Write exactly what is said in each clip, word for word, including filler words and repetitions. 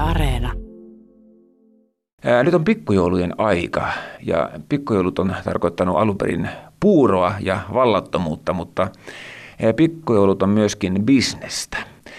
Areena. Ää, nyt on pikkujoulujen aika ja pikkujoulut on tarkoittanut alun perin puuroa ja vallattomuutta, mutta ää, pikkujoulut on myöskin bisnestä.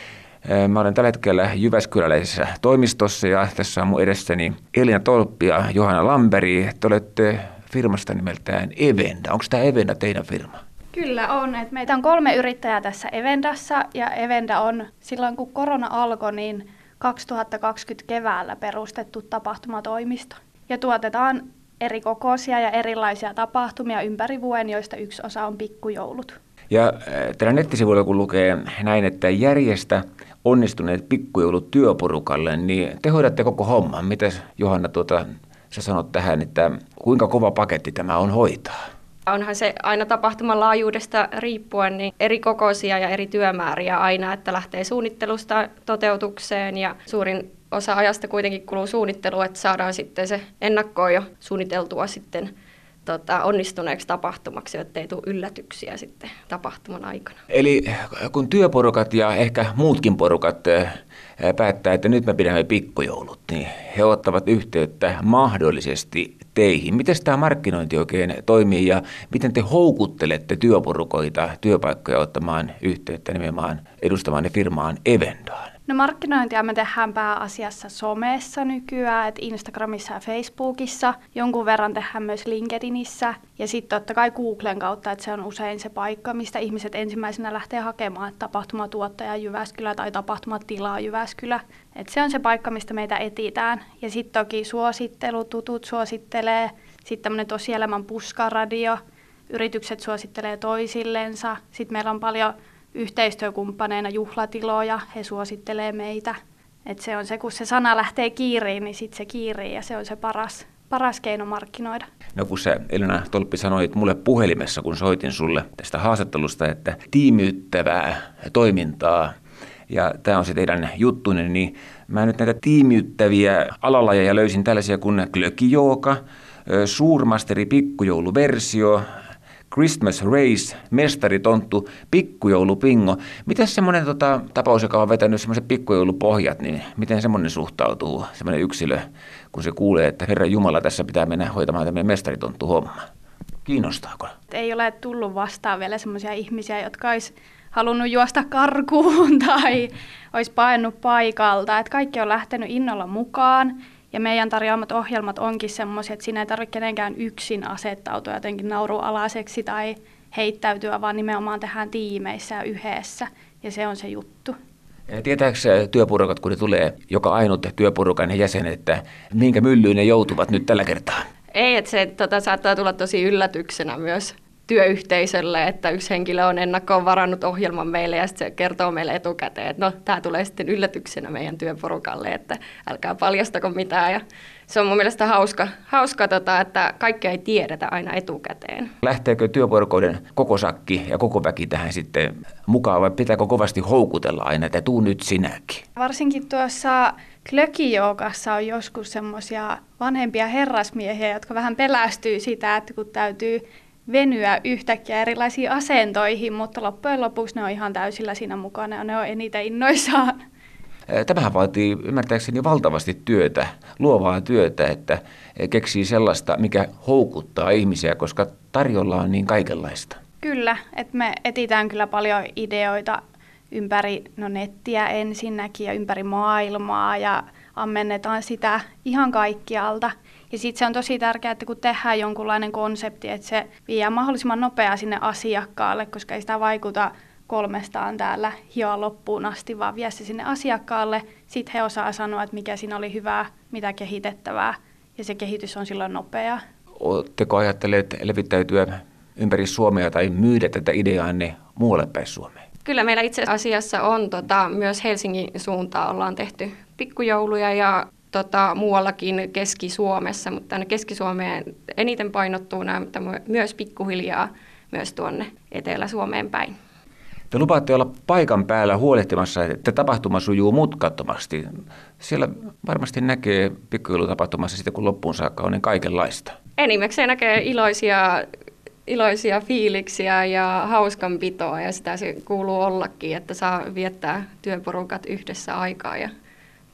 Ää, mä olen tällä hetkellä jyväskyläläisessä toimistossa ja tässä on mun edessäni Elina Tolppi ja Johanna Lamberi. Te olette firmasta nimeltään Evenda. Onko tämä Evenda teidän firma? Kyllä on. Et meitä on kolme yrittäjää tässä Evendassa ja Evenda on silloin kun korona alkoi, niin kaksituhattakaksikymmentä keväällä perustettu tapahtumatoimisto. Ja tuotetaan eri kokoisia ja erilaisia tapahtumia ympäri vuoden, joista yksi osa on pikkujoulut. Ja tällä nettisivuilla kun lukee näin, että järjestä onnistuneet pikkujoulut työporukalle, niin te hoidatte koko homman. Mitäs Johanna tuota, sä sanot tähän, että kuinka kova paketti tämä on hoitaa? Onhan se aina tapahtuman laajuudesta riippuen niin eri kokoisia ja eri työmääriä aina, että lähtee suunnittelusta toteutukseen ja suurin osa ajasta kuitenkin kuluu suunnitteluun, että saadaan sitten se ennakkoon jo suunniteltua sitten tota, onnistuneeksi tapahtumaksi, ettei tule yllätyksiä sitten tapahtuman aikana. Eli kun työporukat ja ehkä muutkin porukat päättää, että nyt me pidämme pikkujoulut, niin he ottavat yhteyttä mahdollisesti teihin. Miten tämä markkinointi oikein toimii ja miten te houkuttelette työporukoita, työpaikkoja ottamaan yhteyttä nimenomaan edustamaan firmaan Evendaan? No markkinointia me tehdään pääasiassa somessa nykyään, että Instagramissa ja Facebookissa. Jonkun verran tehdään myös LinkedInissä ja sitten totta kai Googlen kautta, että se on usein se paikka, mistä ihmiset ensimmäisenä lähtee hakemaan tapahtumatuottaja Jyväskylä tai tapahtumatilaa Jyväskylä. Että se on se paikka, mistä meitä etsitään. Ja sitten toki suosittelu, tutut suosittelee, sitten tämmöinen tosielämän puskaradio, yritykset suosittelee toisillensa. Sitten meillä on paljon yhteistyökumppaneina juhlatiloja, he suosittelee meitä. Et se on se, kun se sana lähtee kiiriin, niin sitten se kiirii ja se on se paras, paras keino markkinoida. No kun sä Elina Tolppi sanoit mulle puhelimessa, kun soitin sulle tästä haastattelusta, että tiimiyttävää toimintaa ja tämä on se teidän juttunne, niin mä nyt näitä tiimiyttäviä alalajeja löysin tällaisia kuin glögijooga, suurmasteri pikkujouluversio, Christmas Race, mestaritonttu, pikkujoulupingo. Mitäs semmoinen tota, tapaus, joka on vetänyt semmoiset pikkujoulupohjat, niin miten semmoinen suhtautuu, semmoinen yksilö, kun se kuulee, että Herran Jumala, tässä pitää mennä hoitamaan tämmöinen mestaritonttu homma? Kiinnostaako? Ei ole tullut vastaan vielä semmoisia ihmisiä, jotka olisi halunnut juosta karkuun tai olisi paennut paikalta. Et kaikki on lähtenyt innolla mukaan. Ja meidän tarjoamat ohjelmat onkin semmoisia, että siinä ei tarvitse kenenkään yksin asettautua jotenkin naurualaiseksi tai heittäytyä, vaan nimenomaan tehdään tiimeissä ja yhdessä. Ja se on se juttu. Tietääkö työporukat, kun ne tulee joka ainut työporukan jäsen, että minkä myllyyn ne joutuvat nyt tällä kertaa? Ei, että se tota, saattaa tulla tosi yllätyksenä myös työyhteisölle, että yksi henkilö on ennakkoon varannut ohjelman meille ja sitten se kertoo meille etukäteen, että no tämä tulee sitten yllätyksenä meidän työporukalle, että älkää paljastako mitään. Ja se on mun mielestä hauska, hauska tota, että kaikkea ei tiedetä aina etukäteen. Lähteekö työporukoiden koko sakki ja koko väki tähän sitten mukaan vai pitääkö kovasti houkutella aina, että tuu nyt sinäkin? Varsinkin tuossa glögijoogassa on joskus semmoisia vanhempia herrasmiehiä, jotka vähän pelästyy sitä, että kun täytyy venyä yhtäkkiä erilaisiin asentoihin, mutta loppujen lopuksi ne on ihan täysillä siinä mukana ja ne on eniten innoissaan. Tämähän vaatii ymmärtääkseni valtavasti työtä, luovaa työtä, että keksii sellaista, mikä houkuttaa ihmisiä, koska tarjolla on niin kaikenlaista. Kyllä, että me etsitään kyllä paljon ideoita ympäri no nettiä ensinnäkin ja ympäri maailmaa ja ammennetaan sitä ihan kaikkialta. Ja sitten se on tosi tärkeää, että kun tehdään jonkunlainen konsepti, että se viedään mahdollisimman nopeaa sinne asiakkaalle, koska ei sitä vaikuta kolmestaan täällä hioa loppuun asti, vaan vie se sinne asiakkaalle. Sitten he osaa sanoa, että mikä siinä oli hyvää, mitä kehitettävää, ja se kehitys on silloin nopeaa. Oletteko ajatelleet levittäytyä ympäri Suomea tai myydä tätä ideaanne muualle päin Suomeen? Kyllä meillä itse asiassa on tota, myös Helsingin suuntaan ollaan tehty pikkujouluja ja Tota, muuallakin Keski-Suomessa, mutta tänne Keski-Suomeen eniten painottuu nämä, mutta myös pikkuhiljaa myös tuonne Etelä-Suomeen päin. Te lupaatte olla paikan päällä huolehtimassa, että tapahtuma sujuu mutkattomasti. Siellä varmasti näkee pikkujoulutapahtumassa sitten, kun loppuun saakka on niin kaikenlaista. Enimmäkseen näkee iloisia, iloisia fiiliksiä ja hauskanpitoa, ja sitä se kuuluu ollakin, että saa viettää työporukat yhdessä aikaa ja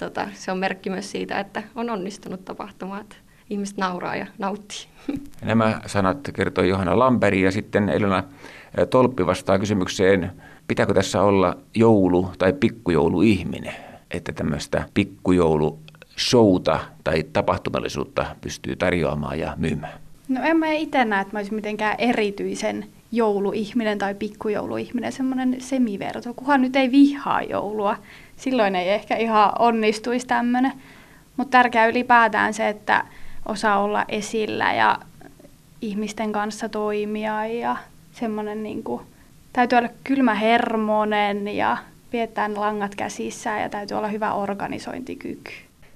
tota, se on merkki myös siitä, että on onnistunut tapahtuma, että ihmiset nauraa ja nauttii. Nämä sanat kertoi Johanna Lamberi ja sitten Elina Tolppi vastaa kysymykseen, pitääkö tässä olla joulu- tai pikkujouluihminen, että tämmöistä pikkujoulushowta tai tapahtumallisuutta pystyy tarjoamaan ja myymään? No en mä itse näe, että mä olisin mitenkään erityisen jouluihminen tai pikkujouluihminen, semmoinen semiverto, kunhan nyt ei vihaa joulua. Silloin ei ehkä ihan onnistuisi tämmöinen. Mutta tärkeää ylipäätään se, että osaa olla esillä ja ihmisten kanssa toimia ja semmoinen niin kuin, täytyy olla kylmähermoinen ja pidetään langat käsissään ja täytyy olla hyvä organisointikyky.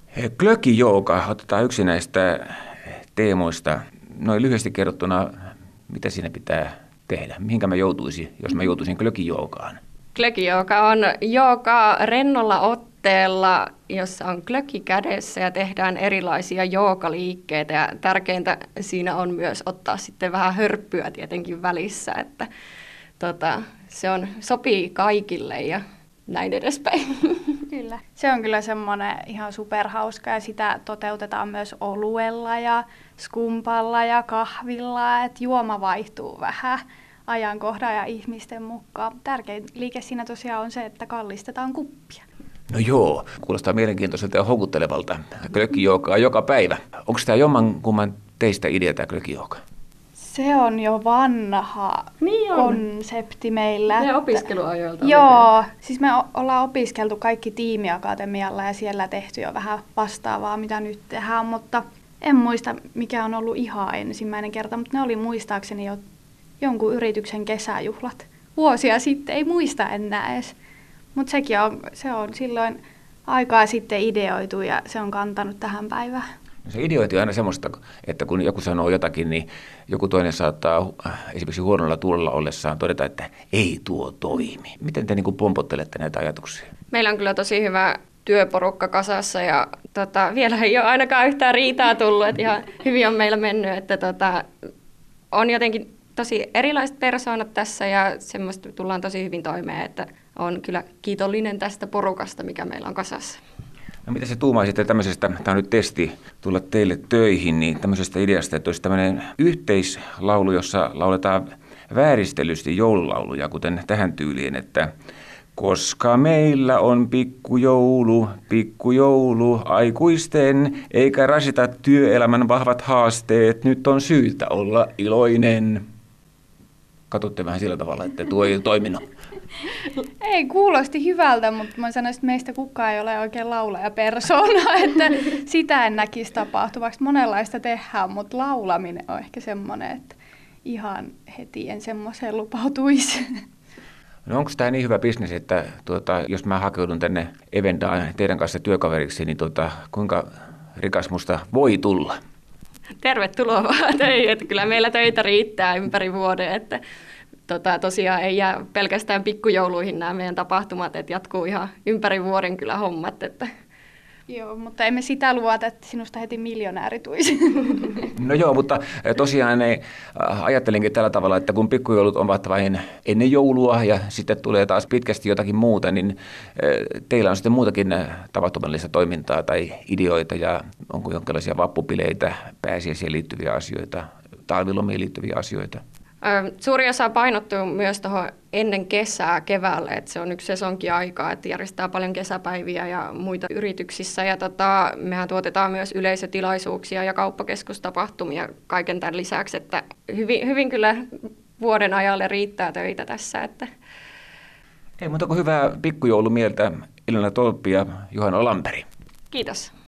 Glögijooga, otetaan yksi näistä teemoista. Noin lyhyesti kerrottuna, mitä siinä pitää tehdä? Mihinkä mä joutuisin, jos mä joutuisin glögijoogaan? Glögijooga on jooga rennolla otteella, jossa on glögi kädessä ja tehdään erilaisia joogaliikkeitä. Ja tärkeintä siinä on myös ottaa sitten vähän hörppyä tietenkin välissä, että tota, se on, sopii kaikille ja näin edespäin. Kyllä. Se on kyllä semmoinen ihan superhauska ja sitä toteutetaan myös oluella ja skumpalla ja kahvilla, että juoma vaihtuu vähän ajankohdan ja ihmisten mukaan. Tärkein liike siinä tosiaan on se, että kallistetaan kuppia. No joo, kuulostaa mielenkiintoiselta ja houkuttelevalta. Glögijoogaa joka päivä. Onko tämä jommankumman teistä idea tämä glögijooga? Se on jo vanha niin on. konsepti meillä. Ne opiskeluajoilta. Joo, siis me ollaan opiskeltu kaikki tiimiakatemialla ja siellä tehty jo vähän vastaavaa, mitä nyt tehdään, mutta en muista, mikä on ollut ihan ensimmäinen kerta, mutta ne oli muistaakseni jo jonkun yrityksen kesäjuhlat. Vuosia sitten, ei muista enää edes, mutta sekin on, se on silloin aikaa sitten ideoitu ja se on kantanut tähän päivään. Se ideointi on aina semmoista, että kun joku sanoo jotakin, niin joku toinen saattaa esimerkiksi huonolla tuulella ollessaan todeta, että ei tuo toimi. Miten te niin kuin pompottelette näitä ajatuksia? Meillä on kyllä tosi hyvä työporukka kasassa ja tota, vielä ei ole ainakaan yhtään riitaa tullut, että ihan hyvin on meillä mennyt, että tota, on jotenkin tosi erilaiset persoonat tässä ja semmoista tullaan tosi hyvin toimeen, että on kyllä kiitollinen tästä porukasta, mikä meillä on kasassa. No mitä se tuumaisitte tämmöisestä, tämä on nyt testi tulla teille töihin, niin tämmöisestä ideasta, että olisi tämmöinen yhteislaulu, jossa lauletaan vääristellysti joululauluja, kuten tähän tyyliin, että koska meillä on pikkujoulu, pikkujoulu aikuisten, eikä rasita työelämän vahvat haasteet, nyt on syytä olla iloinen. Katsotte vähän sillä tavalla, että tuo ei toiminut. Ei, kuulosti hyvältä, mutta mä sanoisin, että meistä kukaan ei ole oikein laulajapersona, että sitä en näkisi tapahtuvaksi. Monenlaista tehdään, mutta laulaminen on ehkä semmoinen, että ihan heti en semmoiseen lupautuisi. No onko tämä niin hyvä bisnes, että tuota, jos mä hakeudun tänne Evendaan teidän kanssa työkaveriksi, niin tuota, kuinka rikas musta voi tulla? Tervetuloa vaan töihin, että kyllä meillä töitä riittää ympäri vuoden, että tota, tosiaan ei jää pelkästään pikkujouluihin nämä meidän tapahtumat, että jatkuu ihan ympäri vuoden kyllä hommat. Että. Joo, mutta emme sitä luota, että sinusta heti miljonääri tuisi. No joo, mutta tosiaan ne, ajattelinkin tällä tavalla, että kun pikkujoulut ovat vain ennen joulua ja sitten tulee taas pitkästi jotakin muuta, niin teillä on sitten muutakin tapahtumallista toimintaa tai ideoita ja onko jonkinlaisia vappupileitä, pääsiäisiin liittyviä asioita, talvilomiin liittyviä asioita? Suuri osa painottuu myös tuohon ennen kesää keväälle, että se on yksi sesonkiaika, että järjestetään paljon kesäpäiviä ja muita yrityksissä. Ja tota, mehän tuotetaan myös yleisötilaisuuksia ja kauppakeskustapahtumia kaiken tämän lisäksi, että hyvin, hyvin kyllä vuoden ajalle riittää töitä tässä. Että. Ei muuta kuin hyvää pikkujoulumieltä Elina Tolppi ja Johanna Lamberi. Kiitos.